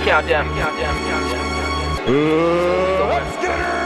Countdown. Let's get it.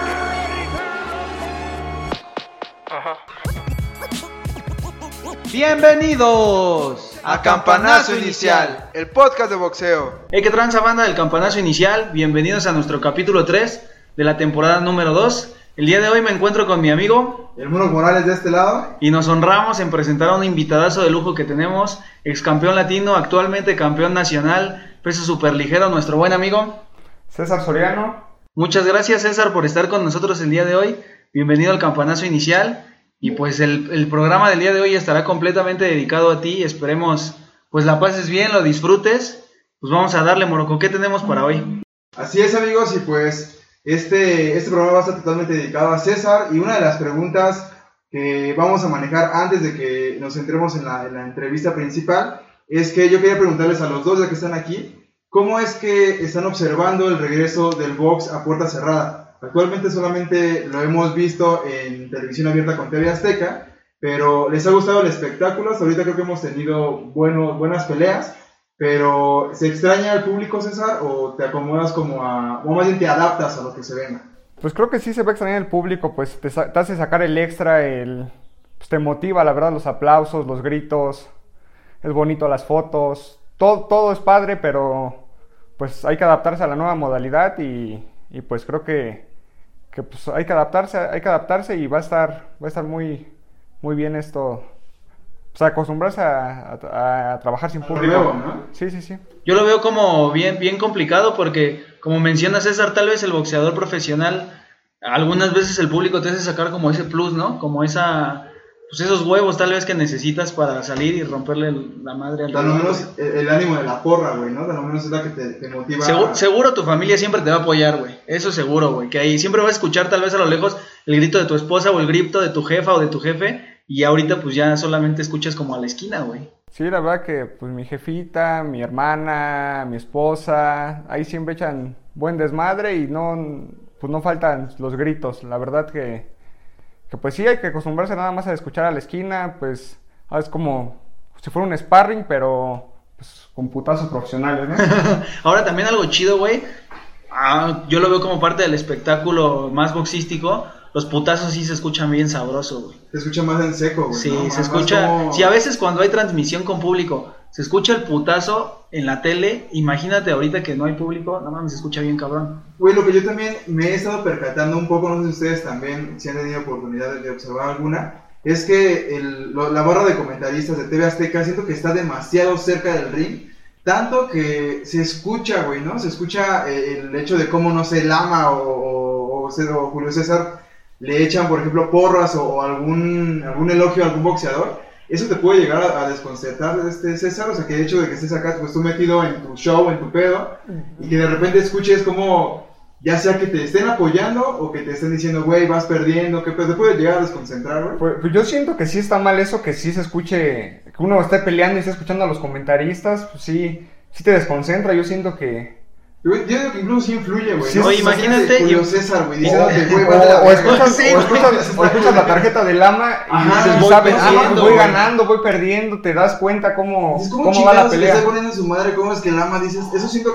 Bienvenidos a Campanazo Inicial, el podcast de boxeo. Hey, ¿qué tranza, banda del Campanazo Inicial? Bienvenidos a nuestro capítulo 3 de la temporada número 2. El día de hoy me encuentro con mi amigo El Mono Morales de este lado. y nos honramos en presentar a un invitadazo de lujo que tenemos, ex campeón latino, actualmente campeón nacional, peso superligero, nuestro buen amigo César Soriano. Muchas gracias, César, por estar con nosotros el día de hoy. Bienvenido al Campanazo Inicial. Y pues el programa del día de hoy estará completamente dedicado a ti. Esperemos pues la pases bien, lo disfrutes. Pues vamos a darle, Morocco. ¿Qué tenemos para hoy? Así es, amigos, y pues este programa va a estar totalmente dedicado a César. Y una de las preguntas que vamos a manejar antes de que nos entremos en la entrevista principal es que yo quería preguntarles a los dos ya que están aquí, ¿cómo es que están observando el regreso del box a puerta cerrada? Actualmente solamente lo hemos visto en televisión abierta con TV Azteca, pero ¿les ha gustado el espectáculo? Hasta ahorita creo que hemos tenido buenas peleas, pero ¿se extraña al público, César, o te acomodas o más bien te adaptas a lo que se venga? Pues creo que sí se va a extrañar el público, pues te hace sacar el extra, pues te motiva, la verdad, los aplausos, los gritos, es bonito las fotos, todo es padre, pero pues hay que adaptarse a la nueva modalidad y pues creo que pues hay que adaptarse y va a estar muy bien esto, o sea, acostumbrarse a trabajar sin público. Nuevo, ¿no? Sí. Yo lo veo como bien complicado porque, como menciona César, tal vez el boxeador profesional, algunas veces el público te hace sacar como ese plus, ¿no? Como pues esos huevos tal vez que necesitas para salir y romperle la madre al rival. Tal menos el ánimo de la porra, güey, ¿no? Tal menos es la que te motiva. Seguro tu familia siempre te va a apoyar, güey. Eso seguro, güey. Que ahí siempre vas a escuchar tal vez a lo lejos el grito de tu esposa o el grito de tu jefa o de tu jefe. Y ahorita pues ya solamente escuchas como a la esquina, güey. Sí, la verdad que pues mi jefita, mi hermana, mi esposa, ahí siempre echan buen desmadre y no faltan los gritos. La verdad que pues sí hay que acostumbrarse nada más a escuchar a la esquina, pues es como si fuera un sparring, pero pues con putazos profesionales, ¿no? Ahora también algo chido, güey, yo lo veo como parte del espectáculo más boxístico. Los putazos sí se escuchan bien sabroso, güey. Se escucha más en seco, güey. Sí, ¿no? se escucha. Si a veces cuando hay transmisión con público se escucha el putazo en la tele, imagínate ahorita que no hay público, no mames, se escucha bien cabrón. Güey, lo que yo también me he estado percatando un poco, no sé si ustedes también, si han tenido oportunidad de observar alguna, es que la barra de comentaristas de TV Azteca siento que está demasiado cerca del ring, tanto que se escucha, güey, ¿no? Se escucha el hecho de cómo, no sé, Lama o Julio César le echan, por ejemplo, porras o algún elogio a algún boxeador. Eso te puede llegar a desconcertar, César, o sea, que el hecho de que estés acá, pues tú metido en tu show, en tu pedo, y que de repente escuches como, ya sea que te estén apoyando o que te estén diciendo, güey, vas perdiendo, que te puede llegar a desconcentrar, güey. Pues yo siento que sí está mal eso, que sí se escuche, que uno esté peleando y esté escuchando a los comentaristas, pues sí te desconcentra. Yo siento que Yo digo que incluso sí influye, güey. Sí, ¿no? Oye, imagínate. Julio César, güey, diciéndote, güey, o escuchas la tarjeta de Lama y dices, sabes, voy ganando, voy perdiendo, te das cuenta cómo va la pelea. Se está poniendo en su madre, cómo es que Lama dices, eso siento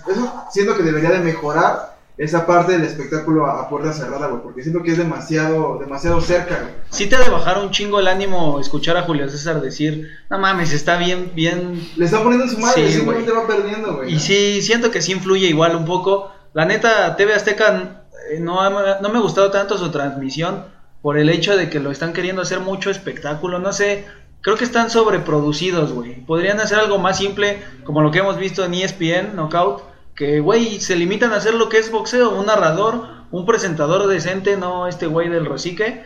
que debería de mejorar esa parte del espectáculo a puerta cerrada, güey, porque siento que es demasiado cerca, güey. Sí te ha de bajar un chingo el ánimo escuchar a Julio César decir, no mames, está bien. Le está poniendo en su madre, sí, simplemente va perdiendo, güey. Y sí, siento que sí influye igual un poco. La neta, TV Azteca no me ha gustado tanto su transmisión por el hecho de que lo están queriendo hacer mucho espectáculo, no sé. Creo que están sobreproducidos, güey. Podrían hacer algo más simple, como lo que hemos visto en ESPN, Knockout, que, güey, se limitan a hacer lo que es boxeo, un narrador, un presentador decente, no este güey del Rosique,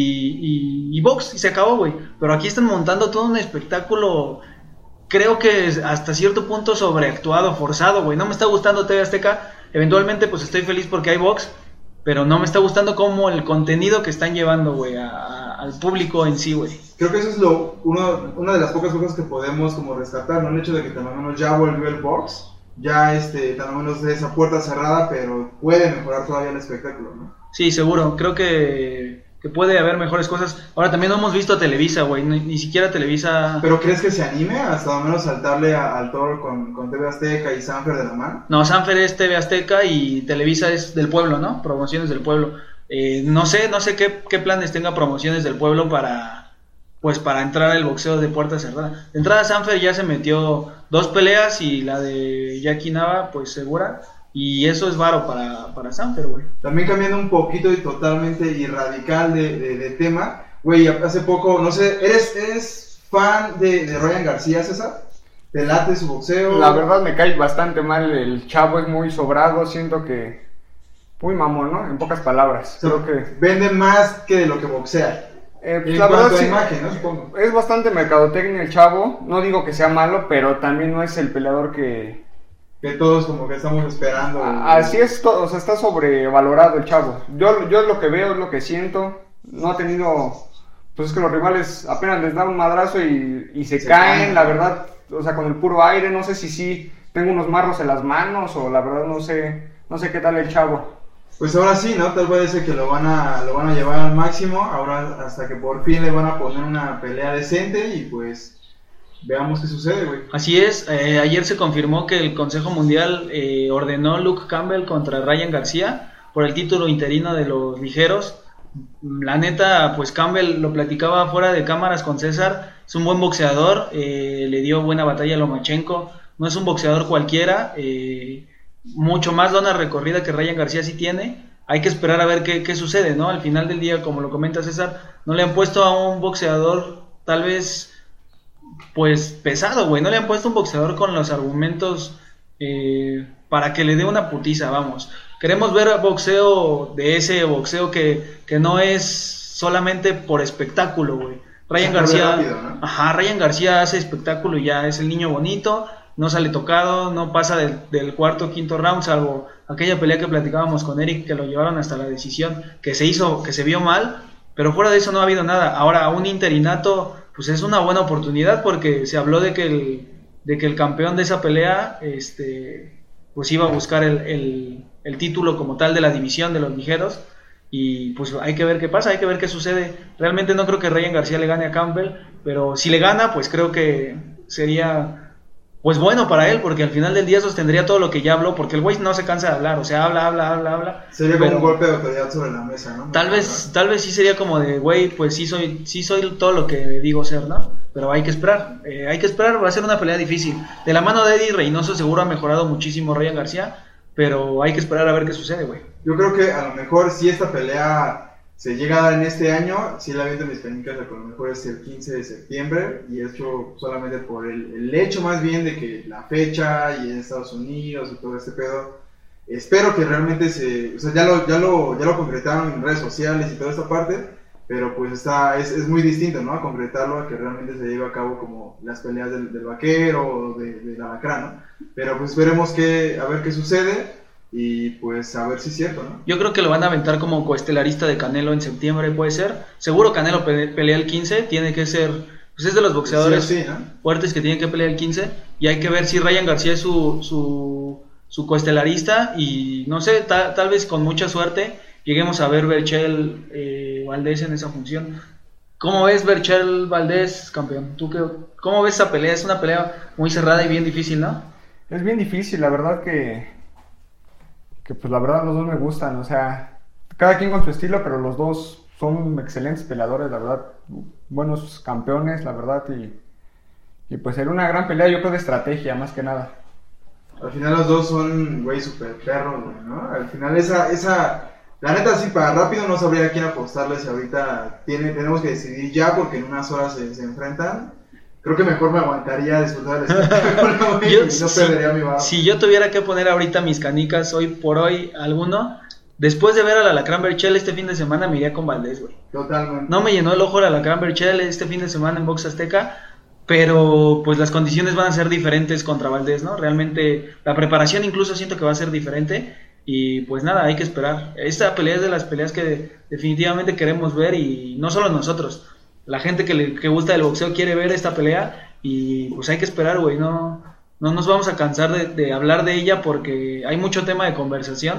y box, y se acabó, güey. Pero aquí están montando todo un espectáculo, creo que hasta cierto punto sobreactuado, forzado, güey. No me está gustando TV Azteca, eventualmente pues estoy feliz porque hay box, pero no me está gustando como el contenido que están llevando, güey, al público en sí, güey. Creo que eso es una de las pocas cosas que podemos como rescatar, ¿no? El hecho de que también ya volvió el box, ya tan o menos de esa puerta cerrada, pero puede mejorar todavía el espectáculo, ¿no? Sí, seguro. Creo que que puede haber mejores cosas. Ahora también no hemos visto a Televisa, güey, ni siquiera Televisa. ¿Pero crees que se anime hasta lo menos saltarle al toro con TV Azteca y Sanfer de la mano? No, Sanfer es TV Azteca y Televisa es del pueblo, ¿no? Promociones del pueblo. No sé qué planes tenga Promociones del pueblo para entrar al boxeo de puerta cerrada. De entrada Sanfer ya se metió 2 peleas y la de Jackie Nava pues segura. Y eso es varo para Sanfer, güey. También cambiando un poquito y totalmente y radical de tema, güey, hace poco, no sé, ¿eres fan de Ryan García, César? ¿Te late su boxeo? La verdad me cae bastante mal, el chavo es muy sobrado, siento que muy mamón, ¿no? En pocas palabras. O sea, creo que vende más que de lo que boxea. pues la verdad sí, imagen, ¿no? Supongo. es bastante mercadotecnia el chavo, no digo que sea malo, pero también no es el peleador que todos como que estamos esperando. así es, o sea, está sobrevalorado el chavo. Yo es lo que veo, es lo que siento. No ha tenido, pues es que los rivales apenas les dan un madrazo y se caen, la verdad, o sea, con el puro aire. No sé si tengo unos marros en las manos o la verdad no sé qué tal el chavo. Pues ahora sí, ¿no? Tal vez que lo van a llevar al máximo, ahora hasta que por fin le van a poner una pelea decente y pues veamos qué sucede, güey. Así es, ayer se confirmó que el Consejo Mundial ordenó Luke Campbell contra Ryan García por el título interino de los ligeros. La neta, pues Campbell, lo platicaba fuera de cámaras con César, es un buen boxeador, le dio buena batalla a Lomachenko, no es un boxeador cualquiera, mucho más lona recorrida que Ryan García sí tiene. Hay que esperar a ver qué sucede, ¿no? Al final del día, como lo comenta César, no le han puesto a un boxeador tal vez pues pesado, güey, no le han puesto un boxeador con los argumentos para que le dé una putiza, vamos. Queremos ver boxeo de ese boxeo que no es solamente por espectáculo, güey. Ryan García, rápido, ¿no? Ajá, Ryan García hace espectáculo y ya es el niño bonito, no sale tocado, no pasa del cuarto o quinto round, salvo aquella pelea que platicábamos con Eric, que lo llevaron hasta la decisión, que se vio mal, pero fuera de eso no ha habido nada. Ahora, un interinato pues es una buena oportunidad porque se habló de que el campeón de esa pelea pues iba a buscar el título como tal de la división de los ligeros y pues hay que ver qué pasa, hay que ver qué sucede. Realmente no creo que Ryan García le gane a Campbell, pero si le gana pues creo que sería pues bueno para él, porque al final del día sostendría todo lo que ya habló, porque el güey no se cansa de hablar, o sea, habla. Sería como un golpe de autoridad sobre la mesa, ¿no? Tal vez sí sería como de, güey, pues sí soy todo lo que digo ser, ¿no? Pero hay que esperar, va a ser una pelea difícil. De la mano de Eddie Reynoso seguro ha mejorado muchísimo Ryan García, pero hay que esperar a ver qué sucede, güey. Yo creo que a lo mejor si esta pelea se llega a dar en este año, sí la viento en mis canicas, a lo mejor es el 15 de septiembre, y hecho solamente por el hecho más bien de que la fecha y en Estados Unidos y todo este pedo, espero que realmente o sea, ya lo concretaron en redes sociales y toda esta parte, pero pues es muy distinto, ¿no? A concretarlo, a que realmente se lleve a cabo como las peleas del vaquero o del alacrán, ¿no? Pero pues esperemos a ver qué sucede. Y pues a ver si es cierto, ¿no? Yo creo que lo van a aventar como coestelarista de Canelo en septiembre, puede ser. Seguro Canelo pelea el 15, tiene que ser, pues es de los boxeadores sí, ¿no? fuertes que tienen que pelear el 15. Y hay que ver si Ryan García es su coestelarista. Y no sé, tal vez con mucha suerte lleguemos a ver Berchel Valdés en esa función. ¿Cómo ves Berchel Valdés, campeón? ¿Cómo ves esa pelea? Es una pelea muy cerrada y bien difícil, ¿no? es bien difícil, la verdad que pues la verdad los dos me gustan, o sea, cada quien con su estilo, pero los dos son excelentes peleadores, la verdad, buenos campeones, la verdad, y pues era una gran pelea, yo creo de estrategia, más que nada. Al final los dos son, güey, super perros, güey, ¿no? Al final la neta, sí, para rápido no sabría a quién apostarles, ahorita tenemos que decidir ya, porque en unas horas se enfrentan. Creo que mejor me aguantaría a disfrutar el espectáculo, güey, y no perdería mi barro. Si yo tuviera que poner ahorita mis canicas hoy por hoy alguno, después de ver al Alacrán Berchel este fin de semana me iría con Valdés, güey. Totalmente. No me llenó el ojo el Alacrán Berchel este fin de semana en Box Azteca, pero pues las condiciones van a ser diferentes contra Valdés, ¿no? Realmente la preparación incluso siento que va a ser diferente y pues nada, hay que esperar. Esta pelea es de las peleas que definitivamente queremos ver y no solo nosotros. La gente que gusta del boxeo quiere ver esta pelea y pues hay que esperar, güey, no nos vamos a cansar de hablar de ella porque hay mucho tema de conversación,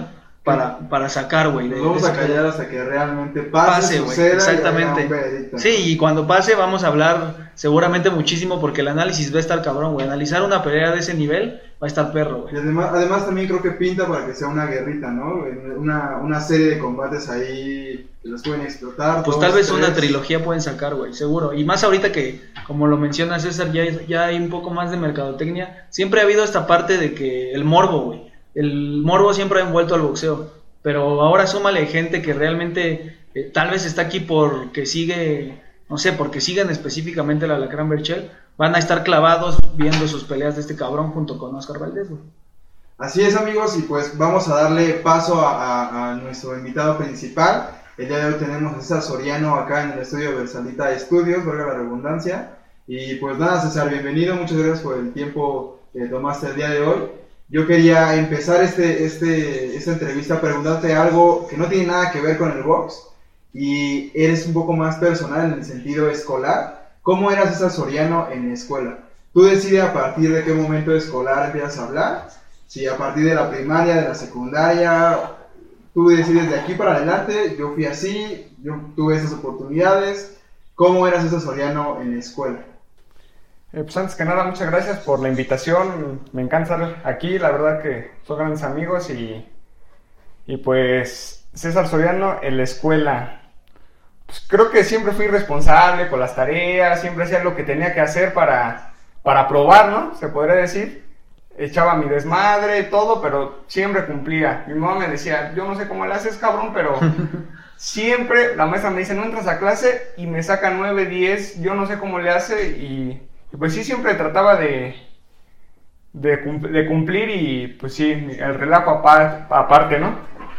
para sacar, güey. Nos vamos a callar hasta que realmente pase, suceda, exactamente. Sí, y cuando pase vamos a hablar seguramente muchísimo porque el análisis va a estar cabrón, güey. Analizar una pelea de ese nivel va a estar perro, güey. Y además también creo que pinta para que sea una guerrita, ¿no? Una serie de combates ahí que los pueden explotar. Pues tal vez una trilogía pueden sacar, güey, seguro. Y más ahorita que, como lo menciona César, ya hay un poco más de mercadotecnia. Siempre ha habido esta parte de que el morbo, güey. El morbo siempre ha envuelto al boxeo, pero ahora súmale gente que realmente tal vez está aquí porque sigue, no sé, porque siguen específicamente la Alacrán Berchel, van a estar clavados viendo sus peleas de este cabrón junto con Oscar Valdés, güey. Así es, amigos, y pues vamos a darle paso a nuestro invitado principal. El día de hoy tenemos a César Soriano acá en el estudio Versalita Studios, valga la redundancia. Y pues nada, César, bienvenido, muchas gracias por el tiempo que tomaste el día de hoy. Yo quería empezar esta entrevista preguntarte algo que no tiene nada que ver con el box y eres un poco más personal en el sentido escolar. ¿Cómo era César Soriano en la escuela? ¿Tú decides a partir de qué momento escolar empiezas a hablar? Si a partir de la primaria, de la secundaria, tú decides de aquí para adelante, yo fui así, yo tuve esas oportunidades. ¿Cómo era César Soriano en la escuela? Pues antes que nada, muchas gracias por la invitación. Me encanta estar aquí, la verdad que son grandes amigos y pues César Soriano en la escuela. Pues creo que siempre fui responsable con las tareas, siempre hacía lo que tenía que hacer para probar, ¿no? Se podría decir. Echaba mi desmadre y todo, pero siempre cumplía. Mi mamá me decía, yo no sé cómo le haces, cabrón, pero siempre la maestra me dice, no entras a clase y me saca 9, 10, yo no sé cómo le hace y pues sí, siempre trataba de cumplir y pues sí, el relajo aparte, ¿no?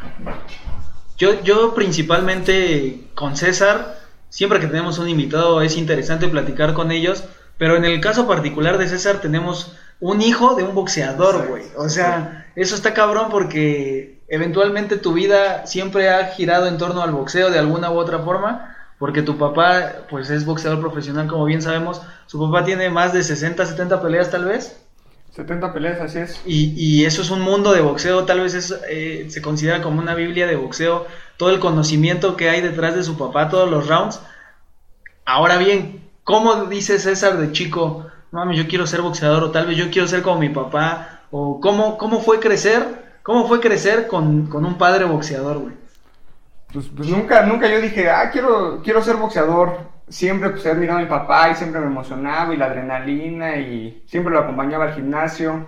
Yo principalmente con César, siempre que tenemos un invitado es interesante platicar con ellos, pero en el caso particular de César tenemos un hijo de un boxeador, güey. O sea, eso está cabrón porque eventualmente tu vida siempre ha girado en torno al boxeo de alguna u otra forma. Porque tu papá, pues es boxeador profesional, como bien sabemos. Su papá tiene más de 60, 70 peleas, tal vez. 70 peleas, así es. Y eso es un mundo de boxeo, tal vez se considera como una biblia de boxeo. Todo el conocimiento que hay detrás de su papá, todos los rounds. Ahora bien, ¿cómo dice César de chico? Mami, yo quiero ser boxeador, o tal vez yo quiero ser como mi papá. O ¿cómo fue crecer? ¿Cómo fue crecer con un padre boxeador, güey? Pues nunca yo dije, quiero ser boxeador. Siempre pues he mirado a mi papá y siempre me emocionaba y la adrenalina y siempre lo acompañaba al gimnasio.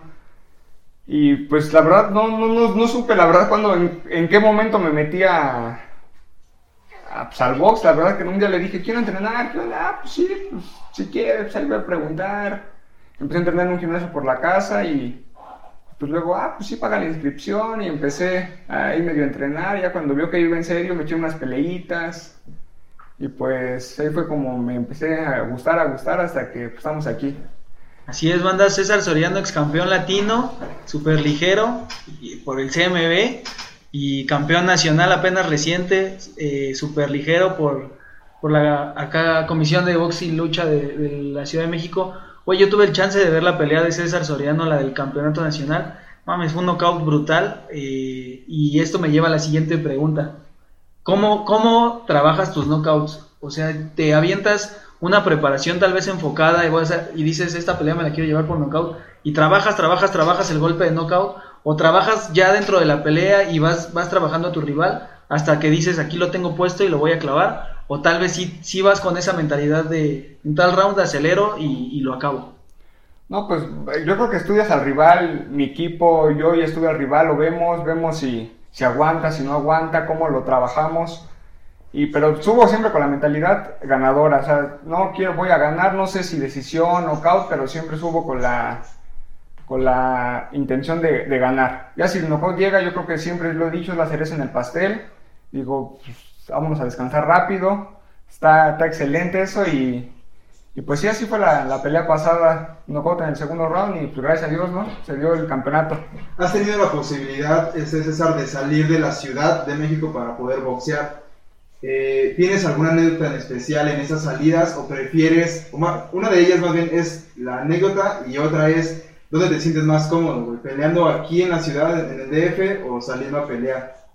Y pues la verdad no supe la verdad cuando, en qué momento me metí al box. La verdad que un día le dije, quiero entrenar. Pues sí, pues, si quieres, pues ahí voy a preguntar. Empecé a entrenar en un gimnasio por la casa y pues luego, pues sí, paga la inscripción y empecé ahí medio a entrenar. Ya cuando vio que iba en serio me eché unas peleitas y pues ahí fue como me empecé a gustar hasta que pues, estamos aquí. Así es, banda. César Soriano, ex campeón latino, super ligero por el CMB y campeón nacional apenas reciente, super ligero por la acá Comisión de Box y Lucha de la Ciudad de México. Oye, yo tuve el chance de ver la pelea de César Soriano, la del campeonato nacional. Mames, fue un knockout brutal. Y esto me lleva a la siguiente pregunta. ¿Cómo trabajas tus knockouts? O sea, te avientas una preparación tal vez enfocada y dices, esta pelea me la quiero llevar por knockout. Y trabajas el golpe de knockout. O trabajas ya dentro de la pelea y vas trabajando a tu rival hasta que dices, aquí lo tengo puesto y lo voy a clavar. O tal vez sí vas con esa mentalidad de en tal round acelero y lo acabo. No, pues yo creo que estudias al rival, mi equipo, yo ya estudio al rival, lo vemos si aguanta, si no aguanta, cómo lo trabajamos. Pero subo siempre con la mentalidad ganadora, o sea, voy a ganar, no sé si decisión, knockout, pero siempre subo con la intención de ganar. Ya si el knockout llega, yo creo que siempre lo he dicho, es la cereza en el pastel. Digo, pues, vámonos a descansar rápido, está excelente eso y pues sí, así fue la pelea pasada, knockout en el segundo round y pues gracias a Dios, ¿no? Se dio el campeonato. ¿Has tenido la posibilidad, César, de salir de la Ciudad de México para poder boxear? ¿Tienes alguna anécdota en especial en esas salidas o prefieres, una de ellas más bien es la anécdota y otra es ¿dónde te sientes más cómodo, güey? ¿Peleando aquí en la ciudad, en el DF o saliendo a pelear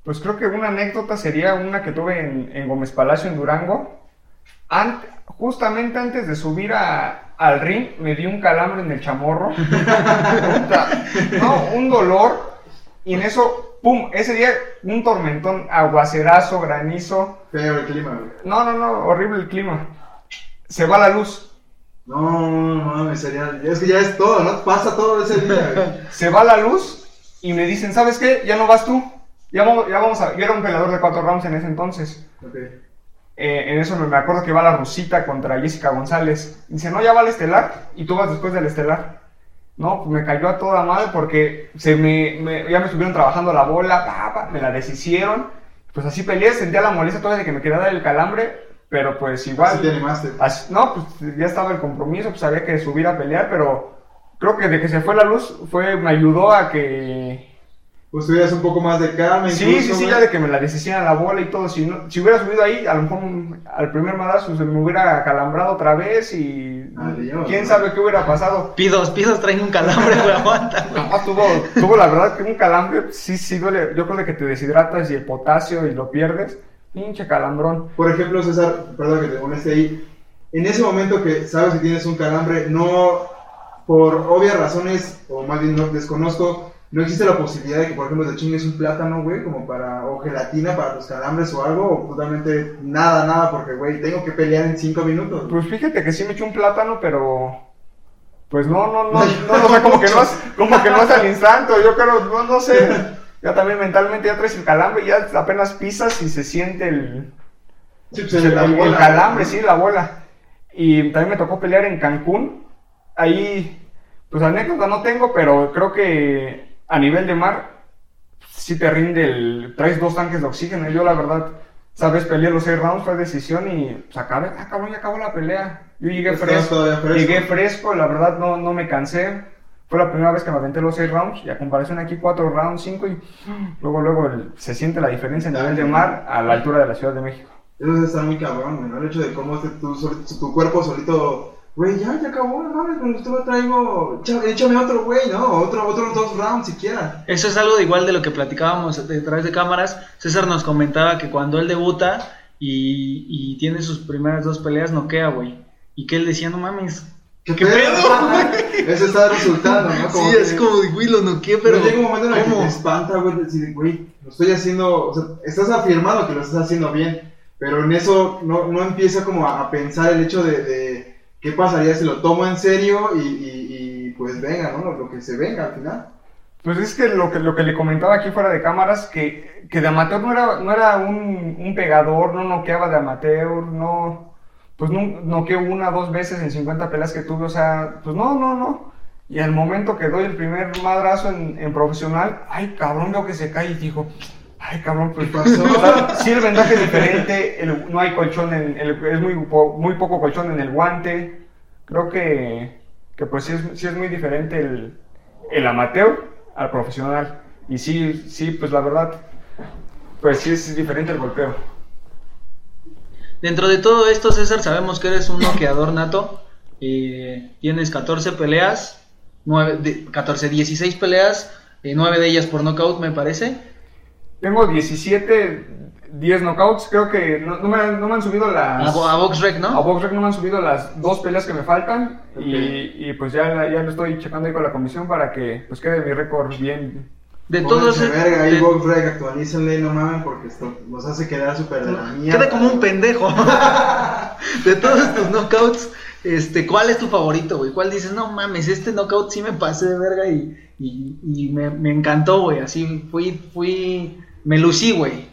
Pues creo que una anécdota sería una que tuve en Gómez Palacio, en Durango. Justamente antes de subir al ring, me di un calambre en el chamorro. No, un dolor. Y en eso, pum, ese día un tormentón, aguacerazo, granizo. Feo el clima, güey. No, horrible el clima. Se va la luz. No, es que ya es todo, ¿no? Pasa todo ese día, güey. Se va la luz y me dicen, ¿sabes qué? Ya no vas tú. Ya vamos a... Yo era un peleador de 4 rounds en ese entonces. Okay. En eso me acuerdo que va la Rusita contra Jessica González. Dice, no, ya va el estelar y tú vas después del estelar. No, pues me cayó a toda madre porque ya me estuvieron trabajando la bola, me la deshicieron. Pues así peleé, sentía la molestia todavía de que me quería dar el calambre. Pero pues igual... Así te animaste. No, pues ya estaba el compromiso, pues había que subir a pelear, pero creo que de que se fue la luz me ayudó a que... Pues tuvieras un poco más de calma. Sí, ya de que me la deshicieran la bola y todo. Si hubiera subido ahí, a lo mejor al primer madrazo se me hubiera calambrado otra vez y... Adiós, ¿quién sabe qué hubiera pasado? Pidos traen un calambre, güey, aguanta. No, tuvo la verdad que un calambre, sí duele. Yo creo que te deshidratas y el potasio y lo pierdes. Pinche calambrón. Por ejemplo, César, perdón que te moleste ahí. En ese momento que sabes que tienes un calambre, no, por obvias razones, o más bien no desconozco, no existe la posibilidad de que, por ejemplo, te chingues un plátano, güey, o gelatina para tus calambres o algo, o totalmente nada, porque, güey, tengo que pelear en 5 minutos. Pues fíjate que sí me eché un plátano, pero... Pues no, o sea, como que no es al instante, yo creo, no sé... Ya también mentalmente ya traes el calambre y ya apenas pisas y se siente el calambre, sí, la bola. Y también me tocó pelear en Cancún. Ahí, pues anécdota no tengo, pero creo que a nivel de mar sí te rinde traes 2 tanques de oxígeno. Yo la verdad, sabes, peleé los 6 rounds, fue decisión y pues acabé, cabrón, ya acabó la pelea. Yo llegué fresco, la verdad no me cansé. Fue la primera vez que me aventé los 6 rounds y a comparación aquí 4 rounds, 5 y luego se siente la diferencia en nivel de mar a la altura de la Ciudad de México. Eso está muy cabrón, güey, ¿no? El hecho de cómo tu cuerpo solito, güey, ya acabó, no mames, cuando usted lo traigo, échame otro, güey, ¿no? Otros 2 rounds siquiera. Eso es algo de igual de lo que platicábamos detrás de cámaras. César nos comentaba que cuando él debuta y tiene sus primeras 2 peleas, noquea, güey. Y que él decía, no mames, ¿Qué pedo? Eso está resultando, ¿no? Como sí, es como de, güey, lo noqué, pero llega un momento en el que te espanta, güey, decir, güey, lo estoy haciendo, o sea, estás afirmado que lo estás haciendo bien, pero en eso no empieza como a pensar el hecho de qué pasaría si lo tomo en serio y pues venga, ¿no? Lo que se venga al final. Pues es que lo que le comentaba aquí fuera de cámaras, que de amateur no era un pegador, no noqueaba de amateur, pues noqueé 1 o 2 veces en 50 peleas que tuve, o sea, pues no. Y al momento que doy el primer madrazo en profesional, ay, cabrón, veo que se cae y digo, ay, cabrón, pues pasó. O sea, sí, el vendaje es diferente, no hay colchón, es muy poco colchón en el guante. Creo que pues sí es muy diferente el amateur al profesional. Y sí, pues la verdad, pues sí es diferente el golpeo. Dentro de todo esto, César, sabemos que eres un noqueador nato. Tienes 14 peleas, 16 peleas, 9 de ellas por knockout, me parece. Tengo 17, 10 knockouts. Creo que no me han subido las... A BoxRec, ¿no? A BoxRec no me han subido las 2 peleas que me faltan. Okay. Y pues ya lo estoy checando ahí con la comisión para que pues quede mi récord bien. De todos verga, ahí BoxRec, actualícenle, no mamen, porque esto nos hace quedar súper de la mierda. Queda como un pendejo. De todos tus knockouts, ¿cuál es tu favorito, güey? ¿Cuál dices, no mames, este knockout sí me pasé de verga y me encantó, güey? Así me lucí, güey.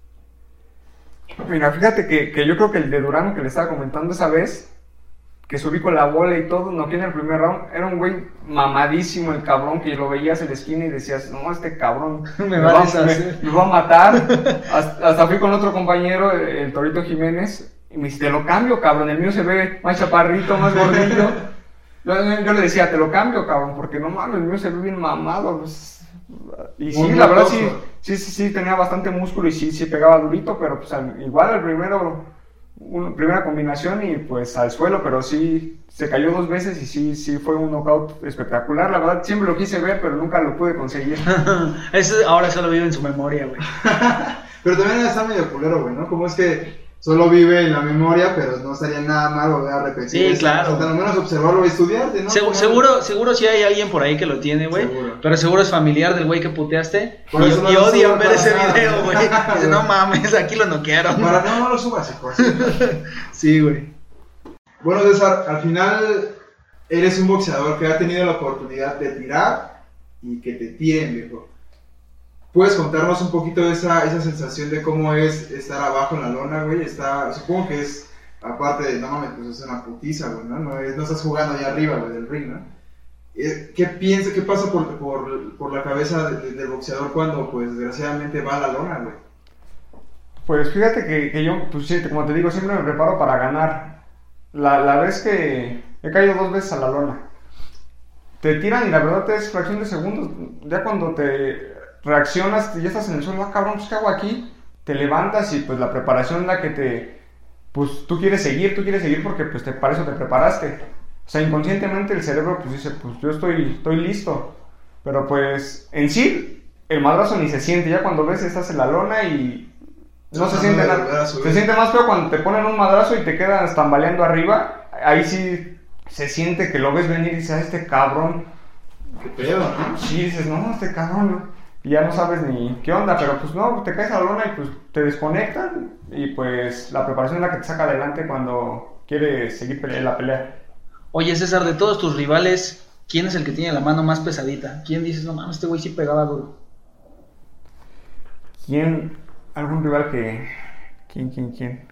Mira, fíjate que yo creo que el de Durango que le estaba comentando esa vez, que subí con la bola y todo, noqueé en el primer round, era un güey mamadísimo el cabrón, que lo veías en la esquina y decías, no, este cabrón me va a matar. Hasta fui con otro compañero, el Torito Jiménez, y me dice, te lo cambio, cabrón, el mío se ve más chaparrito, más gordillo. Yo le decía, te lo cambio, cabrón, porque no mames, el mío se ve bien mamado. Pues. Y sí, la verdad sí, tenía bastante músculo y sí pegaba durito, pero pues igual al primero primera combinación y pues al suelo, pero sí se cayó 2 veces y sí fue un knockout espectacular. La verdad siempre lo quise ver, pero nunca lo pude conseguir. Eso ahora solo vive en su memoria, güey. Pero también está medio culero, güey, ¿no? Como es que solo vive en la memoria, pero no estaría nada mal volver a repetir. Sí, claro. O sea, al menos observarlo y estudiarte, ¿no? Seguro sí hay alguien por ahí que lo tiene, güey. Pero seguro es familiar del güey que puteaste. Por eso no y lo odian subo ver para ese nada. video, güey. Dice, no mames, aquí lo noquearon. Para no lo subas, hijo. Sí, güey. Bueno, César, al final eres un boxeador que ha tenido la oportunidad de tirar y que te tiren, viejo. ¿Puedes contarnos un poquito de esa sensación de cómo es estar abajo en la lona, güey? Supongo que es, aparte de, no mames, pues es una putiza, güey, ¿no? No estás jugando allá arriba, güey, del ring, ¿no? ¿Qué pasa por la cabeza del boxeador cuando, pues, desgraciadamente va a la lona, güey? Pues fíjate que yo, pues sí, como te digo, siempre me preparo para ganar. La vez que he caído 2 veces a la lona, te tiran y la verdad es fracción de segundos. Ya cuando te reaccionas, ya estás en el suelo, cabrón, pues ¿qué hago aquí? Te levantas y pues la preparación es la que pues tú quieres seguir porque pues para eso te preparaste. O sea, inconscientemente el cerebro pues dice, pues yo estoy listo. Pero pues en sí, el madrazo ni se siente. Ya cuando ves estás en la lona y no se siente nada. Se siente más feo cuando te ponen un madrazo y te quedas tambaleando arriba. Ahí sí se siente que lo ves venir y dices, este cabrón. ¿Qué pedo, no? Sí, dices, no, este cabrón. Y ya no sabes ni qué onda, pero pues no, te caes a la lona y pues te desconectan. Y pues la preparación es la que te saca adelante cuando quieres seguir la pelea. Oye, César, de todos tus rivales, ¿quién es el que tiene la mano más pesadita? ¿Quién dices, no mames, este güey sí pegaba duro? ¿Quién? ¿Algún rival que...? ¿Quién?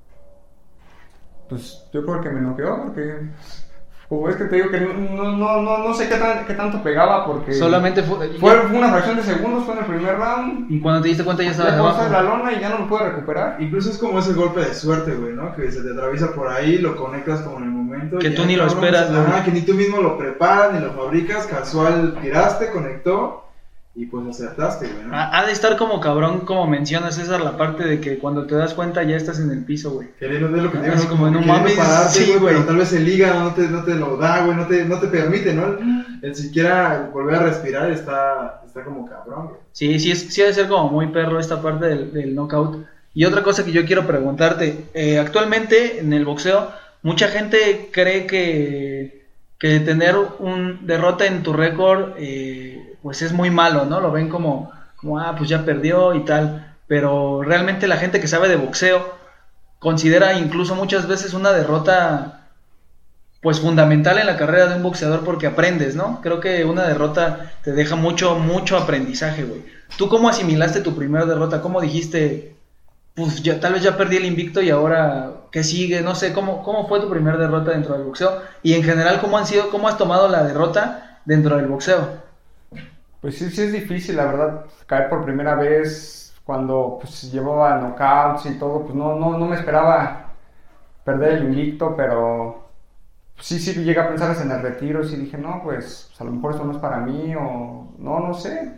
Pues yo creo que me noqueó porque... Como es que te digo que no sé qué tanto pegaba porque... Solamente fue una fracción de segundos, fue en el primer round. Y cuando te diste cuenta ya estabas ya abajo. en la lona y ya no lo pude recuperar. Incluso es como ese golpe de suerte, güey, ¿no? Que se te atraviesa por ahí, lo conectas como en el momento. Que tú ni lo esperas, güey. güey. Que ni tú mismo lo preparas, ni lo fabricas, casual, tiraste, conectó y pues acertaste, güey, ¿no? Ha de estar como cabrón, como mencionas, César, la parte de que cuando te das cuenta ya estás en el piso, güey. Queriendo ver lo que te digo, Así ¿no? como, no queriendo mames, pararte, sí, güey. pero tal vez el hígado no te lo da, güey, no te permite, ¿no? El siquiera volver a respirar está como cabrón, güey. Sí ha de ser como muy perro esta parte del knockout. Y otra cosa que yo quiero preguntarte, actualmente en el boxeo, mucha gente cree que tener un derrota en tu récord, pues es muy malo, ¿no? Lo ven como, pues ya perdió y tal. Pero realmente la gente que sabe de boxeo considera incluso muchas veces una derrota, pues fundamental en la carrera de un boxeador porque aprendes, ¿no? Creo que una derrota te deja mucho aprendizaje, güey. ¿Tú cómo asimilaste tu primera derrota? ¿Cómo dijiste, pues tal vez ya perdí el invicto y ahora qué sigue? No sé, ¿cómo fue tu primera derrota dentro del boxeo? Y en general, ¿cómo has tomado la derrota dentro del boxeo? Pues sí es difícil, la verdad, caer por primera vez cuando pues llevaba knockouts y todo, pues no me esperaba perder el invicto, pero sí llegué a pensar en el retiro, sí dije, no, pues a lo mejor esto no es para mí, o no sé,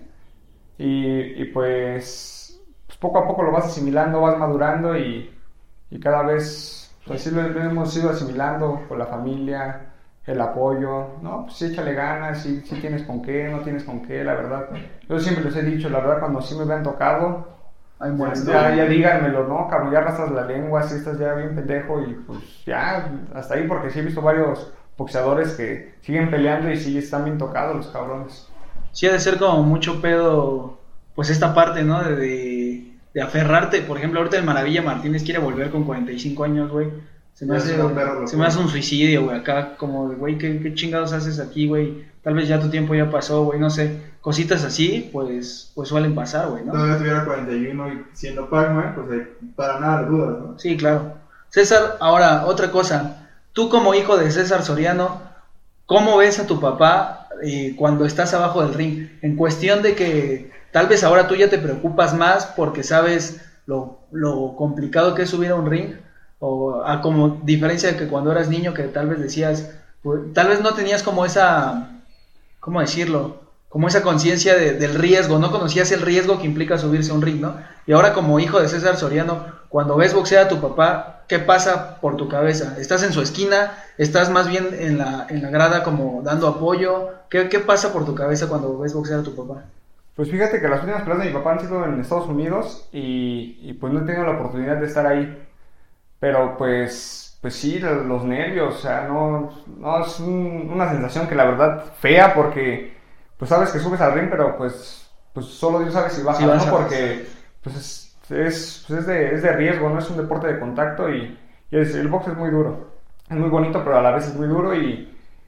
y pues poco a poco lo vas asimilando, vas madurando y cada vez, pues sí lo hemos ido asimilando con la familia, el apoyo, no, pues sí échale ganas, sí tienes con qué, no tienes con qué, la verdad, yo siempre les he dicho, la verdad, cuando sí me vean tocado, ay, bueno, ya díganmelo, no, cabrón, ya arrastras la lengua, si estás ya bien pendejo y pues ya, hasta ahí, porque sí he visto varios boxeadores que siguen peleando y sí están bien tocados los cabrones. Sí ha de ser como mucho pedo, pues esta parte, ¿no? De aferrarte. Por ejemplo, ahorita el Maravilla Martínez quiere volver con 45 años, güey. Se me hace un suicidio, güey. Acá como de, güey, ¿qué chingados haces aquí, güey? Tal vez ya tu tiempo ya pasó, güey, no sé. Cositas así, pues suelen pasar, güey, ¿no? Todavía tuviera 41 y siendo Pac-Man, pues para nada de dudas, ¿no? Sí, claro. César, ahora, otra cosa. Tú como hijo de César Soriano, ¿cómo ves a tu papá cuando estás abajo del ring? En cuestión de que tal vez ahora tú ya te preocupas más porque sabes lo complicado que es subir a un ring, o a como diferencia de que cuando eras niño que tal vez decías, pues, tal vez no tenías como esa, ¿cómo decirlo? como esa conciencia del riesgo, no conocías el riesgo que implica subirse a un ring, ¿no? Y ahora como hijo de César Soriano, cuando ves boxear a tu papá, ¿qué pasa por tu cabeza? ¿Estás en su esquina? ¿Estás más bien en la grada como dando apoyo? ¿Qué pasa por tu cabeza cuando ves boxear a tu papá? Pues fíjate que las últimas peleas de mi papá han sido en Estados Unidos y pues no he tenido la oportunidad de estar ahí. Pero pues sí, los nervios, o sea, no es una sensación que la verdad fea porque pues sabes que subes al ring, pero pues solo Dios sabe si bajas, Sí, ¿no? Porque pues es de riesgo, no es un deporte de contacto y el box es muy duro. Es muy bonito, pero a la vez es muy duro y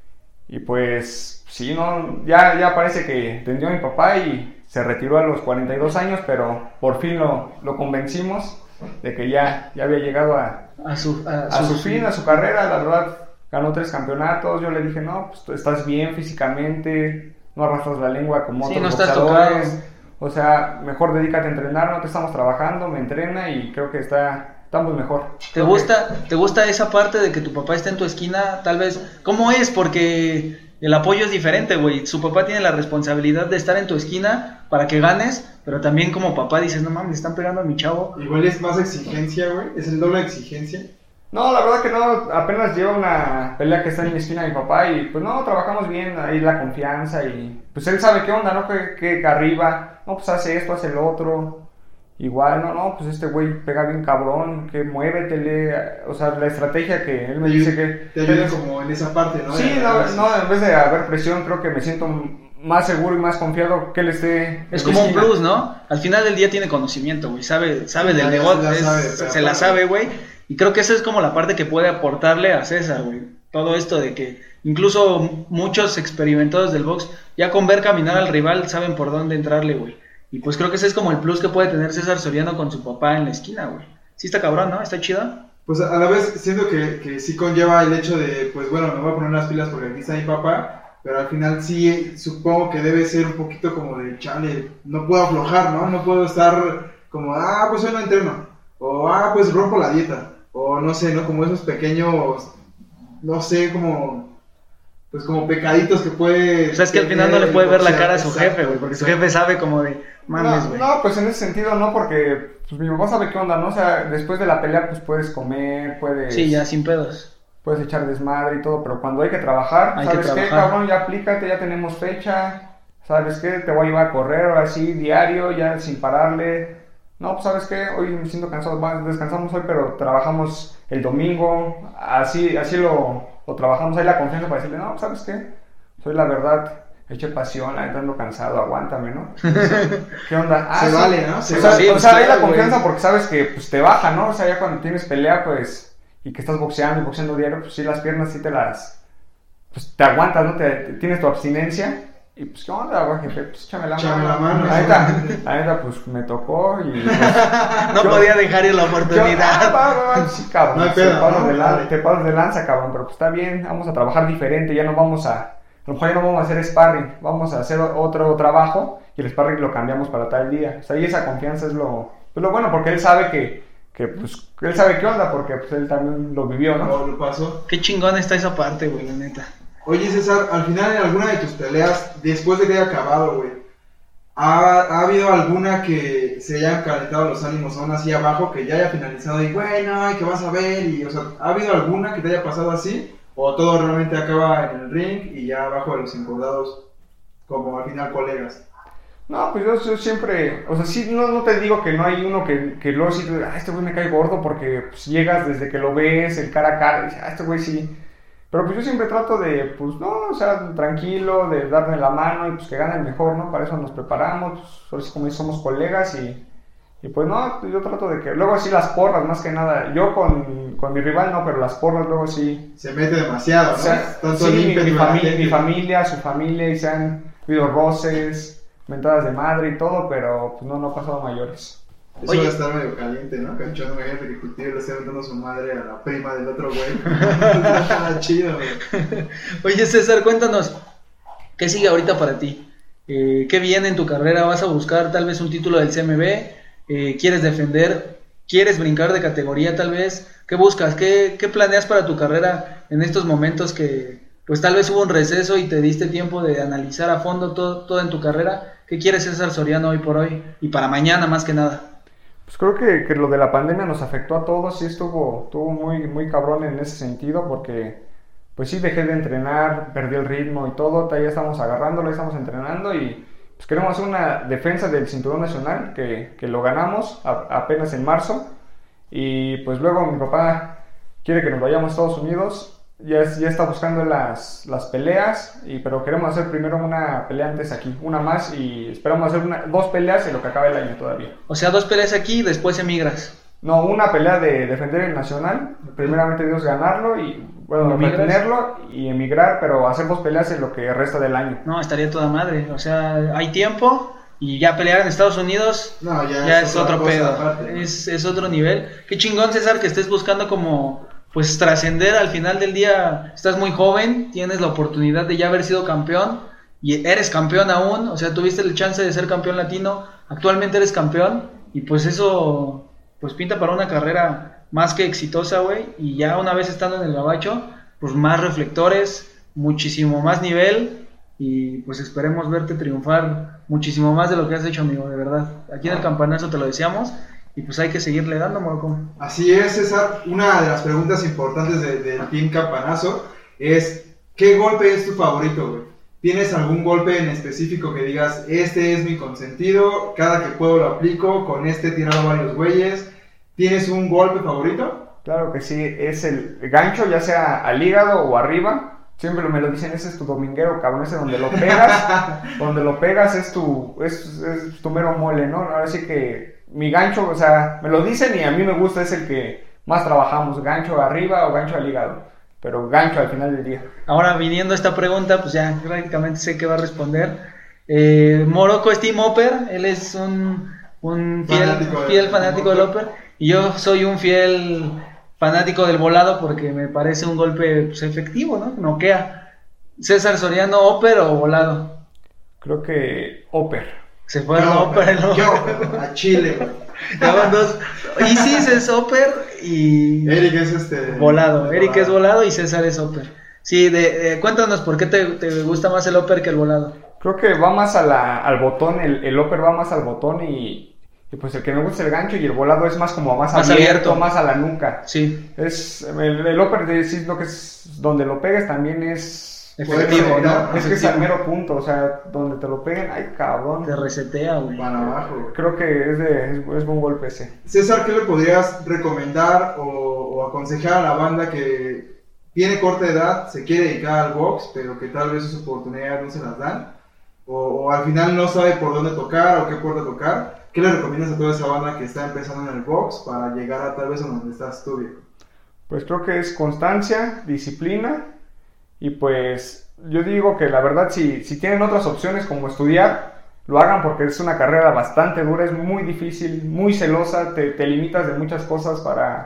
pues sí, no, ya parece que tendió a mi papá y se retiró a los 42 años, pero por fin lo convencimos de que ya había llegado a su fin, a su carrera. La verdad, ganó 3 campeonatos. Yo le dije, no, pues estás bien físicamente, no arrastras la lengua como otros no estás boxeadores. tocado. O sea, mejor dedícate a entrenar, no te estamos trabajando, me entrena y creo que estamos mejor. ¿Te gusta esa parte de que tu papá esté en tu esquina? Tal vez, ¿cómo es? Porque el apoyo es diferente, güey. Su papá tiene la responsabilidad de estar en tu esquina para que ganes, pero también como papá dices, no mames, le están pegando a mi chavo. Igual es más exigencia, güey. Es el doble de exigencia. No, la verdad que no, apenas lleva una pelea que está en mi esquina de mi papá y pues no, trabajamos bien, ahí la confianza y pues él sabe qué onda, ¿no? Que arriba, no, pues hace esto, hace lo otro, igual, no, pues este güey pega bien cabrón, que muévetele, o sea, la estrategia que él me dice que... Te ayuda como en esa parte, ¿no? Sí, no, en vez de haber presión, creo que me siento más seguro y más confiado que él esté... Es como un plus, ¿no? Al final del día tiene conocimiento, güey, sabe del negocio, se la sabe, güey. Y creo que esa es como la parte que puede aportarle a César, güey. Todo esto de que incluso muchos experimentados del box, ya con ver caminar al rival, saben por dónde entrarle, güey. Y pues creo que ese es como el plus que puede tener César Soriano con su papá en la esquina, güey. Sí está cabrón, ¿no? Está chido. Pues a la vez siento que sí conlleva el hecho de, pues bueno, me voy a poner las pilas porque aquí está mi papá, pero al final sí supongo que debe ser un poquito como de, chale, no puedo aflojar, ¿no? No puedo estar como, pues hoy no entreno, o pues rompo la dieta. O no sé, ¿no? Como esos pequeños, no sé, como pecaditos que puede... O sea, es que al final no le puede ver la cara a su jefe, güey, porque su jefe sabe como de, mames, güey. No, pues en ese sentido no, porque pues mi papá sabe qué onda, ¿no? O sea, después de la pelea pues puedes comer, puedes... Sí, ya, sin pedos. Puedes echar desmadre y todo, pero cuando hay que trabajar, ¿sabes qué, cabrón? Ya aplícate, ya tenemos fecha, ¿sabes qué? Te voy a llevar a correr, ahora sí, diario, ya sin pararle... No, pues ¿sabes qué? Hoy me siento cansado, descansamos hoy, pero trabajamos el domingo, así lo trabajamos, ahí la confianza para decirle, no, pues ¿sabes qué? Soy la verdad, eché pasión, ando cansado, aguántame, ¿no? ¿Qué onda? Se vale, ¿no? O sea, hay la confianza porque sabes que pues te baja, ¿no? O sea, ya cuando tienes pelea, pues, y que estás boxeando diario, pues sí, las piernas sí pues te aguantas, ¿no? Tienes tu abstinencia. Y pues, ¿qué onda, güey, jefe? Pues échame la mano. Ahí está, pues me tocó y... Pues, no podía dejar ir la oportunidad. Sí, cabrón. No hay pedo, te pasas de lanza, cabrón, pero pues está bien, vamos a trabajar diferente, ya no vamos a lo mejor ya no vamos a hacer sparring, vamos a hacer otro trabajo y el sparring lo cambiamos para tal día. O sea, y esa confianza es lo bueno, porque él sabe que pues, él sabe qué onda, porque pues él también lo vivió, ¿no? Lo pasó. Qué chingón está esa parte, güey, la neta. Oye, César, al final en alguna de tus peleas, después de que haya acabado, güey, ¿ha habido alguna que se hayan calentado los ánimos aún así abajo, que ya haya finalizado y bueno, y que vas a ver, y o sea, ¿ha habido alguna que te haya pasado así? ¿O todo realmente acaba en el ring y ya abajo de los encordados, como al final colegas? No, pues yo siempre, o sea, sí, no te digo que no hay uno que luego sí, este güey me cae gordo porque pues, llegas desde que lo ves, el cara a cara, y dices, este güey sí. Pero pues yo siempre trato de, pues no, o sea, tranquilo, de darle la mano y pues que gane el mejor, ¿no? Para eso nos preparamos, pues como somos colegas y pues no, yo trato de que, luego sí las porras, más que nada, yo con mi rival no, pero las porras luego sí. Se mete demasiado, ¿no? O sea, tanto sí, mi familia, su familia, y se han habido roces, mentadas de madre y todo, pero pues no ha pasado a mayores. Eso va a estar medio caliente, ¿no? Canchón, imagínate que Coutinho le esté aventando su madre a la prima del otro güey. Está chido, güey. Oye, César, cuéntanos, ¿qué sigue ahorita para ti? ¿Qué viene en tu carrera? ¿Vas a buscar tal vez un título del CMB? ¿Quieres defender? ¿Quieres brincar de categoría tal vez? ¿Qué buscas? ¿Qué planeas para tu carrera en estos momentos que pues tal vez hubo un receso y te diste tiempo de analizar a fondo todo en tu carrera. ¿Qué quiere César Soriano hoy por hoy y para mañana más que nada? Pues creo que lo de la pandemia nos afectó a todos, sí estuvo muy, muy cabrón en ese sentido, porque pues sí dejé de entrenar, perdí el ritmo y todo, ya estamos agarrándolo, estamos entrenando y pues queremos hacer una defensa del cinturón nacional, que lo ganamos apenas en marzo, y pues luego mi papá quiere que nos vayamos a Estados Unidos. Ya está buscando las peleas, pero queremos hacer primero una pelea antes aquí, una más, y esperamos hacer 2 peleas en lo que acabe el año todavía. O sea, 2 peleas aquí y después emigras. No, una pelea de defender el nacional, primeramente Dios ganarlo y bueno, mantenerlo y emigrar, pero hacer 2 peleas en lo que resta del año. No, estaría toda madre, o sea, hay tiempo y ya pelear en Estados Unidos no, ya es otro pedo, es otro nivel. Qué chingón, César, que estés buscando como pues trascender. Al final del día estás muy joven, tienes la oportunidad de ya haber sido campeón y eres campeón aún, o sea, tuviste el chance de ser campeón latino, actualmente eres campeón y pues eso pues pinta para una carrera más que exitosa, güey, y ya una vez estando en el gabacho, pues más reflectores, muchísimo más nivel y pues esperemos verte triunfar muchísimo más de lo que has hecho, amigo, de verdad. Aquí en el campanazo te lo deseamos. Y pues hay que seguirle dando, Morocco. Así es, César. Una de las preguntas importantes del Team Campanazo es: ¿qué golpe es tu favorito, güey? ¿Tienes algún golpe en específico que digas, este es mi consentido, cada que puedo lo aplico, con este he tirado varios güeyes? ¿Tienes un golpe favorito? Claro que sí, es el gancho, ya sea al hígado o arriba. Siempre me lo dicen, ese es tu dominguero, cabrón, ese donde lo pegas, es tu mero mole, ¿no? Ahora sí que mi gancho, o sea, me lo dicen y a mí me gusta, es el que más trabajamos, gancho arriba o gancho al hígado, pero gancho al final del día. Ahora, viniendo a esta pregunta, pues ya prácticamente sé que va a responder. Morocco es Team Upper, él es un fiel fanático del Upper, y yo soy un fiel fanático del volado porque me parece un golpe pues, efectivo, ¿no? Noquea. César Soriano, ¿Upper o volado? Creo que Upper. Se fue a Upper, ¿no? Yo, a Chile, güey. Ya van 2. Isis es Upper y Eric es volado. Eric es volado y César es Upper. Sí, cuéntanos por qué te gusta más el Upper que el volado. Creo que va más al botón, el Upper va más al botón y pues el que me gusta es el gancho y el volado es más como más abierto, más a la nuca. Sí. Es el Upper, sí, lo que es donde lo pegues también es efectivo, ¿no? Es que es al mero punto, o sea, donde te lo peguen, ay cabrón. Te resetea, güey. Para abajo. Creo que es buen golpe ese. César, ¿qué le podrías recomendar o aconsejar a la banda que tiene corta edad, se quiere dedicar al box, pero que tal vez sus oportunidades no se las dan? O al final no sabe por dónde tocar o qué puerta tocar. ¿Qué le recomiendas a toda esa banda que está empezando en el box para llegar a tal vez a donde estás tú, viejo? Pues creo que es constancia, disciplina. Y pues yo digo que la verdad si tienen otras opciones como estudiar, lo hagan porque es una carrera bastante dura, es muy difícil, muy celosa, te limitas de muchas cosas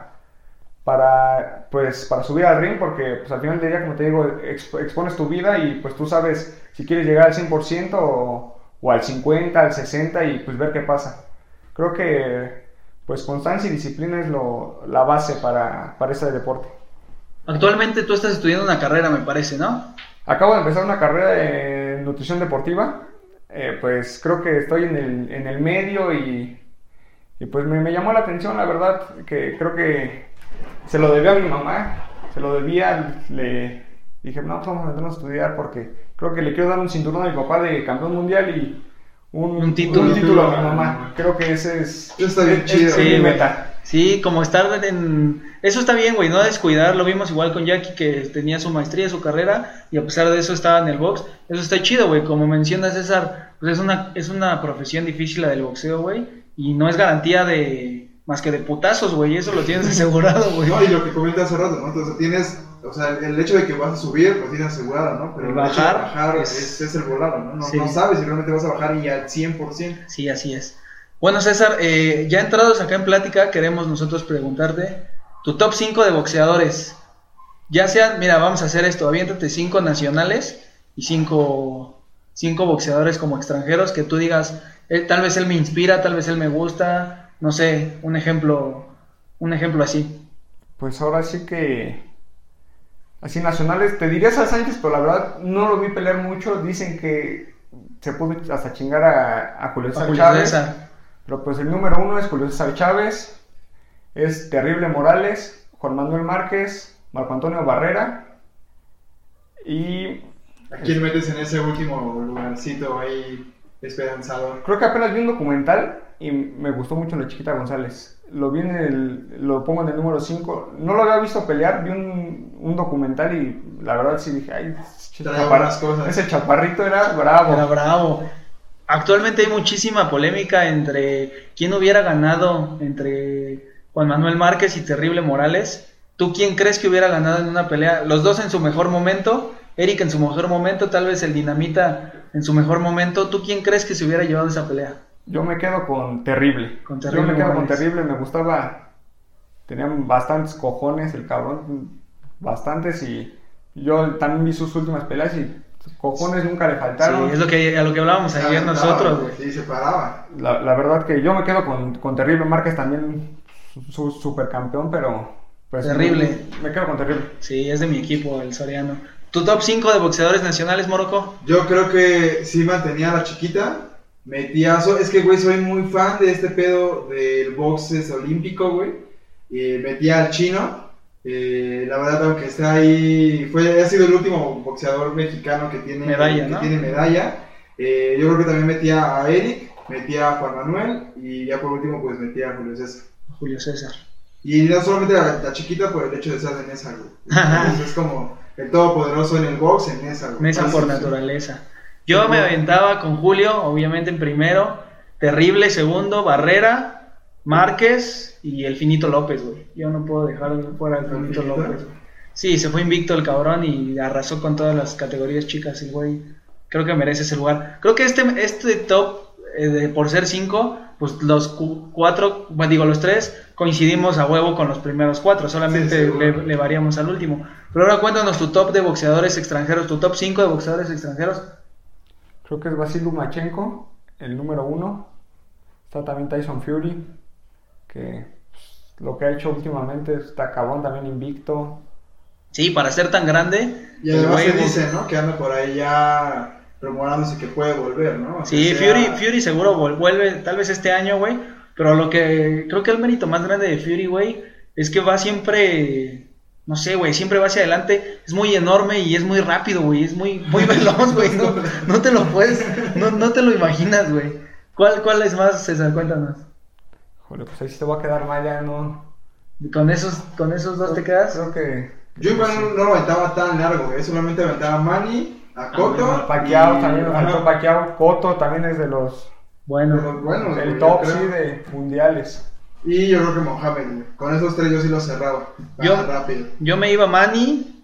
para subir al ring porque pues al final del día, como te digo, expones tu vida y pues tú sabes si quieres llegar al 100% o al 50%, al 60% y pues ver qué pasa. Creo que pues constancia y disciplina es la base para este deporte. Actualmente tú estás estudiando una carrera, me parece, ¿no? Acabo de empezar una carrera de nutrición deportiva. Pues creo que estoy en el medio y pues me llamó la atención, la verdad, que creo que se lo debía a mi mamá, le dije, no, pues vamos a meternos a estudiar porque creo que le quiero dar un cinturón a mi papá de campeón mundial y un título a mi mamá. Creo que ese es mi meta. Sí, como estar eso está bien, güey, no descuidar. Lo vimos igual con Jackie, que tenía su maestría, su carrera, y a pesar de eso estaba en el box. Eso está chido, güey. Como menciona César, pues es una profesión difícil la del boxeo, güey, y no es garantía más que de putazos, güey. Eso lo tienes asegurado, güey. No, y lo que comenté hace rato, ¿no? Entonces el hecho de que vas a subir, pues tienes asegurado, ¿no? Pero el hecho de bajar es el volado, ¿no? No sabes si realmente vas a bajar y al 100%. Sí, así es. Bueno, César, ya entrados acá en plática, queremos nosotros preguntarte tu top 5 de boxeadores. Ya sean, mira, vamos a hacer esto, aviéntate 5 nacionales y 5 boxeadores como extranjeros que tú digas, tal vez él me inspira, tal vez él me gusta, no sé, un ejemplo así. Pues ahora sí que Así nacionales, te diría Sal Sánchez, pero la verdad no lo vi pelear mucho. Dicen que se pudo hasta chingar a Julio César Chávez. Pero pues el número 1 es Julio César Chávez, es Terrible Morales, Juan Manuel Márquez, Marco Antonio Barrera y... ¿A quién metes en ese último lugarcito ahí esperanzador? Creo que apenas vi un documental y me gustó mucho la Chiquita González. Lo vi lo pongo en el número 5. No lo había visto pelear, vi un documental y la verdad sí dije, ay, ese chaparrito era bravo. Era bravo. Actualmente hay muchísima polémica entre quién hubiera ganado entre Juan Manuel Márquez y Terrible Morales. ¿Tú quién crees que hubiera ganado en una pelea? Los dos en su mejor momento, Eric en su mejor momento, tal vez el Dinamita en su mejor momento. ¿Tú quién crees que se hubiera llevado esa pelea? Yo me quedo con Terrible. Con Terrible Yo me quedo Morales. con Terrible, me gustaba. Tenían bastantes cojones el cabrón, bastantes, y yo también vi sus últimas peleas y cojones nunca le faltaron. Sí, es a lo que hablábamos ayer nosotros, güey. Sí, se paraba. La verdad que yo me quedo con Terrible. Márquez también su supercampeón, pero pues Terrible. Me quedo con Terrible. Sí, es de mi equipo, el Soriano. ¿Tu top 5 de boxeadores nacionales, Morocco? Yo creo que sí mantenía a la Chiquita. Es que, güey, soy muy fan de este pedo del box olímpico, güey. Metía al Chino. La verdad, aunque está ahí, ha sido el último boxeador mexicano que tiene medalla, ¿no? Tiene medalla. Yo creo que también metía a Eric, metía a Juan Manuel y ya por último pues metía a Julio César. Julio César. Y no solamente la Chiquita por el hecho de ser de Nesa, güey. Entonces es como el todopoderoso en el box en Nesa, güey. Nesa por naturaleza. Yo me aventaba con Julio, obviamente en primero, Terrible segundo, Barrera, Márquez y el Finito López, güey. Yo no puedo dejar fuera al Finito López, güey. Sí, se fue invicto el cabrón y arrasó con todas las categorías chicas, el güey. Creo que merece ese lugar. Creo que este top, por ser 5, pues los 3 coincidimos a huevo con los primeros 4, solamente sí, le variamos al último. Pero ahora cuéntanos tu top de boxeadores extranjeros, tu top 5 de boxeadores extranjeros. Creo que es Vasily Lomachenko, el número 1. Está también Tyson Fury, que pues, lo que ha hecho últimamente está cabrón, también invicto. Sí, para ser tan grande. Y además se dice, ¿no? Que anda por ahí ya rumorándose que puede volver, ¿no? Sí, Fury seguro vuelve, tal vez este año, güey. Pero lo que creo que el mérito más grande de Fury, güey, es que va siempre... No sé, güey, siempre va hacia adelante, es muy enorme y es muy rápido, güey, es muy veloz, güey, no te lo puedes, no te lo imaginas, güey. ¿Cuál es más, César? Cuéntanos. Joder, pues ahí sí te va a quedar mal, ya no... ¿Con esos dos te quedas? Creo que... Yo igual no lo aventaba tan largo, güey, solamente aventaba a Manny, a Cotto. Pacquiao también nos faltó Pacquiao. Cotto también es de los... Bueno, el top, sí, de mundiales. Y yo creo que Mohamed, güey. Con esos 3 yo sí los cerraba. Rápido. Yo me iba Manny,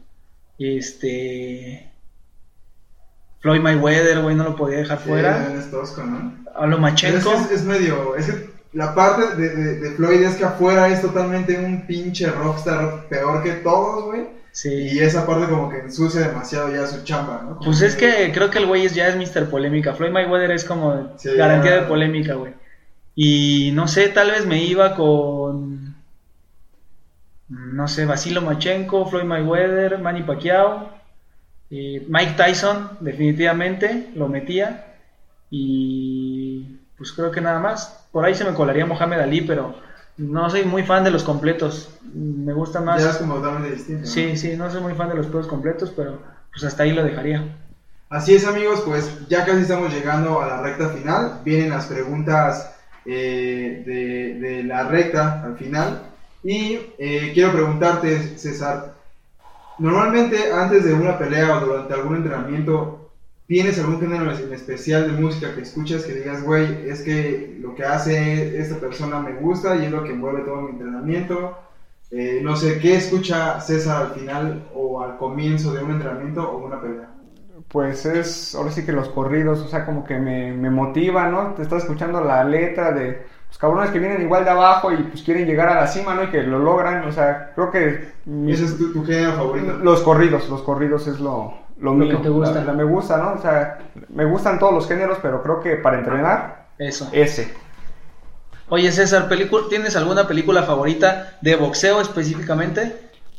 Floyd Mayweather, güey, no lo podía dejar fuera. Es tosco, ¿no? A Lomachenko. Es medio... Es que la parte de Floyd es que afuera es totalmente un pinche rockstar peor que todos, güey. Sí. Y esa parte como que ensucia demasiado ya su chamba, ¿no? Como pues es que creo que el güey ya es Mr. Polémica. Floyd Mayweather es como garantía de polémica, güey. Y no sé, tal vez me iba con... No sé, Vasily Lomachenko, Floyd Mayweather, Manny Pacquiao, Mike Tyson, definitivamente, lo metía. Y pues creo que nada más. Por ahí se me colaría Mohamed Ali, pero no soy muy fan de los completos. Me gusta más... Ya es como totalmente distinto, ¿no? Sí, no soy muy fan de los pesos completos, pero pues hasta ahí lo dejaría. Así es, amigos, pues ya casi estamos llegando a la recta final. Vienen las preguntas de la recta al final. Y quiero preguntarte, César, normalmente antes de una pelea o durante algún entrenamiento, ¿tienes algún género en especial de música que escuchas que digas, güey, es que lo que hace esta persona me gusta y es lo que mueve todo mi entrenamiento? No sé, ¿qué escucha César al final o al comienzo de un entrenamiento o una pelea? Pues ahora sí que los corridos, o sea, como que me motiva, ¿no? Te estás escuchando la letra de los cabrones que vienen igual de abajo y pues quieren llegar a la cima, ¿no? Y que lo logran, o sea, creo que... ¿Ese es tu género favorito? Los corridos es lo mío. Que te gusta. Me gusta, ¿no? O sea, me gustan todos los géneros, pero creo que para entrenar, ese. Oye, César, ¿tienes alguna película favorita de boxeo específicamente?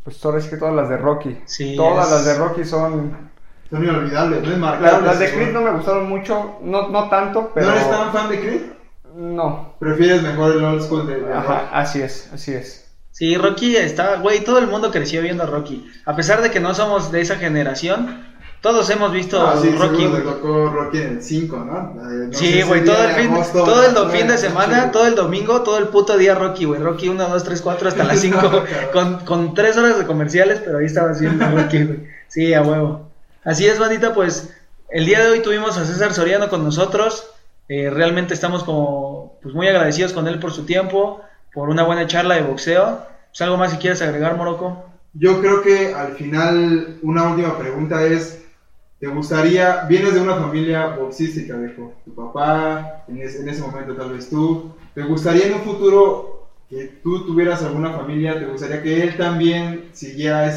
Pues ahora sí que todas las de Rocky. Sí, Todas las de Rocky son inolvidables, no es marcables. Las de Creed no me gustaron mucho, no tanto, pero... ¿No eres tan fan de Creed? No. ¿Prefieres mejor el old school de Ajá, Rocky? así es. Sí, Rocky estaba, güey, todo el mundo creció viendo a Rocky. A pesar de que no somos de esa generación, todos hemos visto Sí, Rocky, seguro te güey. tocó Rocky en el 5, ¿no? No Sí, sé, güey, ese todo día el de fin, agosto, todo el a las fin de 9 semana, noche, todo el domingo, todo el puto día Rocky, güey. Rocky 1, 2, 3, 4 hasta las 5, con 3 horas de comerciales, pero ahí estabas viendo Rocky, güey. Sí, a huevo. Así es, bandita, pues el día de hoy tuvimos a César Soriano con nosotros. Realmente estamos como pues muy agradecidos con él por su tiempo, por una buena charla de boxeo. Pues algo más si quieres agregar, Morocco. Yo creo que al final una última pregunta es, ¿te gustaría, vienes de una familia boxística, viejo? Tu papá, en ese momento tal vez tú, ¿te gustaría en un futuro que tú tuvieras alguna familia, te gustaría que él también siguiera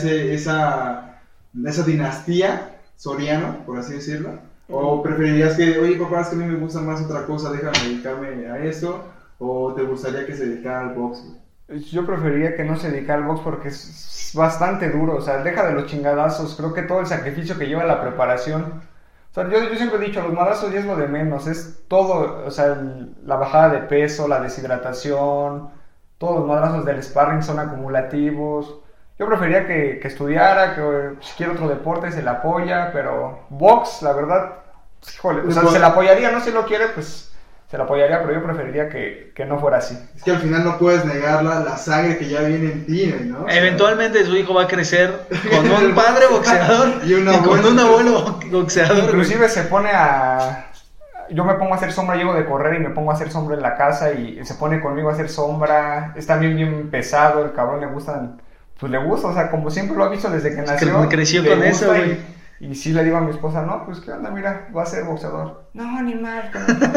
esa dinastía Soriano, por así decirlo? ¿O preferirías que, oye papá, es que a mí me gusta más otra cosa, déjame dedicarme a esto? ¿O te gustaría que se dedicara al box, güey? Yo preferiría que no se dedicara al box porque es bastante duro, o sea, deja de los chingadazos, creo que todo el sacrificio que lleva la preparación. O sea, yo siempre he dicho, los madrazos ya es lo de menos, es todo, o sea, la bajada de peso, la deshidratación, todos los madrazos del sparring son acumulativos. Yo preferiría que estudiara, que si quiere otro deporte se le apoya, pero box, la verdad, híjole, o sea, se le apoyaría, no si lo quiere, pues se le apoyaría, pero yo preferiría que no fuera así. Es que al final no puedes negar la sangre que ya viene en ti, ¿no? O sea, Eventualmente su hijo va a crecer con un padre boxeador y con un abuelo boxeador. Inclusive se pone a... Yo me pongo a hacer sombra, llego de correr y me pongo a hacer sombra en la casa y se pone conmigo a hacer sombra. Es también bien pesado, el cabrón le gustan... Pues le gusta, o sea, como siempre lo ha visto desde que nació. Que creció le con gusta eso, güey. Y sí le digo a mi esposa, no, pues qué onda, mira, va a ser boxeador. No, ni mal.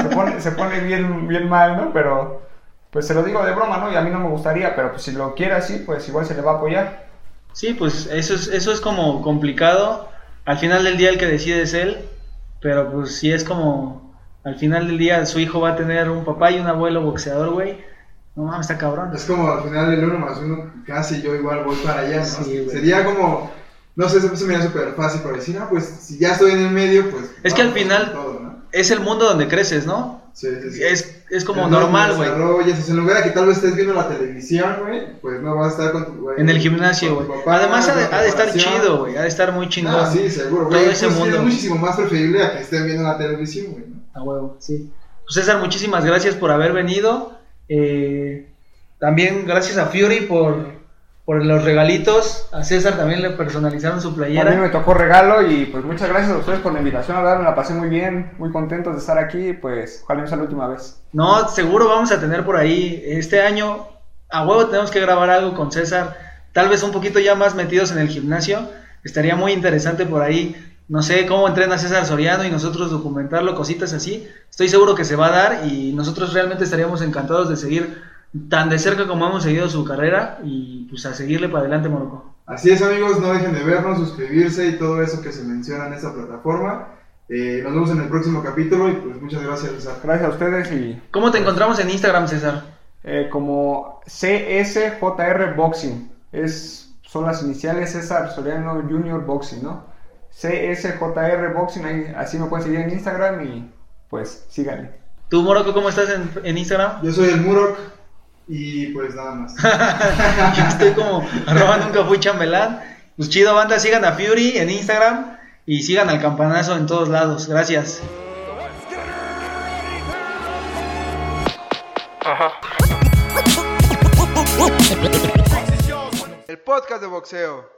Se pone bien mal, ¿no? Pero pues se lo digo de broma, ¿no? Y a mí no me gustaría, pero pues si lo quiere así, pues igual se le va a apoyar. Sí, pues eso es como complicado. Al final del día el que decide es él, pero pues sí es como... Al final del día su hijo va a tener un papá y un abuelo boxeador, güey. No mames, está cabrón. Es como al final el 1+1, casi yo igual voy para allá, ¿no? Sí, sería como, no sé, se me da súper fácil para decir, no, pues si ya estoy en el medio, pues... Es que al final todo, ¿no? es el mundo donde creces, ¿no? Sí. Es como normal, güey. En lugar de que tal vez estés viendo la televisión, güey, pues no vas a estar con tu güey. En el gimnasio, güey. Además ha de estar chido, güey. Ha de estar muy chingón. Ah, sí, seguro, güey. Todo ese Pues, mundo. es muchísimo más preferible a que estén viendo la televisión, güey, ¿no? A huevo, sí. Pues César, muchísimas gracias por haber venido. También gracias a Fury por los regalitos. A César también le personalizaron su A mí playera. me tocó regalo y pues muchas gracias a ustedes por la invitación, a me la pasé muy bien, muy contentos de estar aquí, pues ojalá no sea la última vez. No, seguro vamos a tener por ahí este año. A huevo tenemos que grabar algo con César. Tal vez un poquito ya más metidos en el gimnasio. Estaría muy interesante por ahí. No sé cómo entrena César Soriano y nosotros documentarlo, cositas así. Estoy seguro que se va a dar y nosotros realmente estaríamos encantados de seguir tan de cerca como hemos seguido su carrera y pues a seguirle para adelante, Morocco. Así es, amigos, no dejen de vernos, suscribirse y todo eso que se menciona en esta plataforma. Nos vemos en el próximo capítulo y pues muchas gracias, César. Gracias a ustedes y... ¿Cómo te encontramos en Instagram, César? Como CSJR Boxing, son las iniciales César Soriano Junior Boxing, ¿no? CSJR Boxing, ahí, así me pueden seguir en Instagram y pues síganle. ¿Tú, Morocco, cómo estás en Instagram? Yo soy el Murok y pues nada más. Yo estoy como @nunca fui chambelán. Pues chido, banda, sigan a Fury en Instagram y sigan al campanazo en todos lados. Gracias. El podcast de boxeo.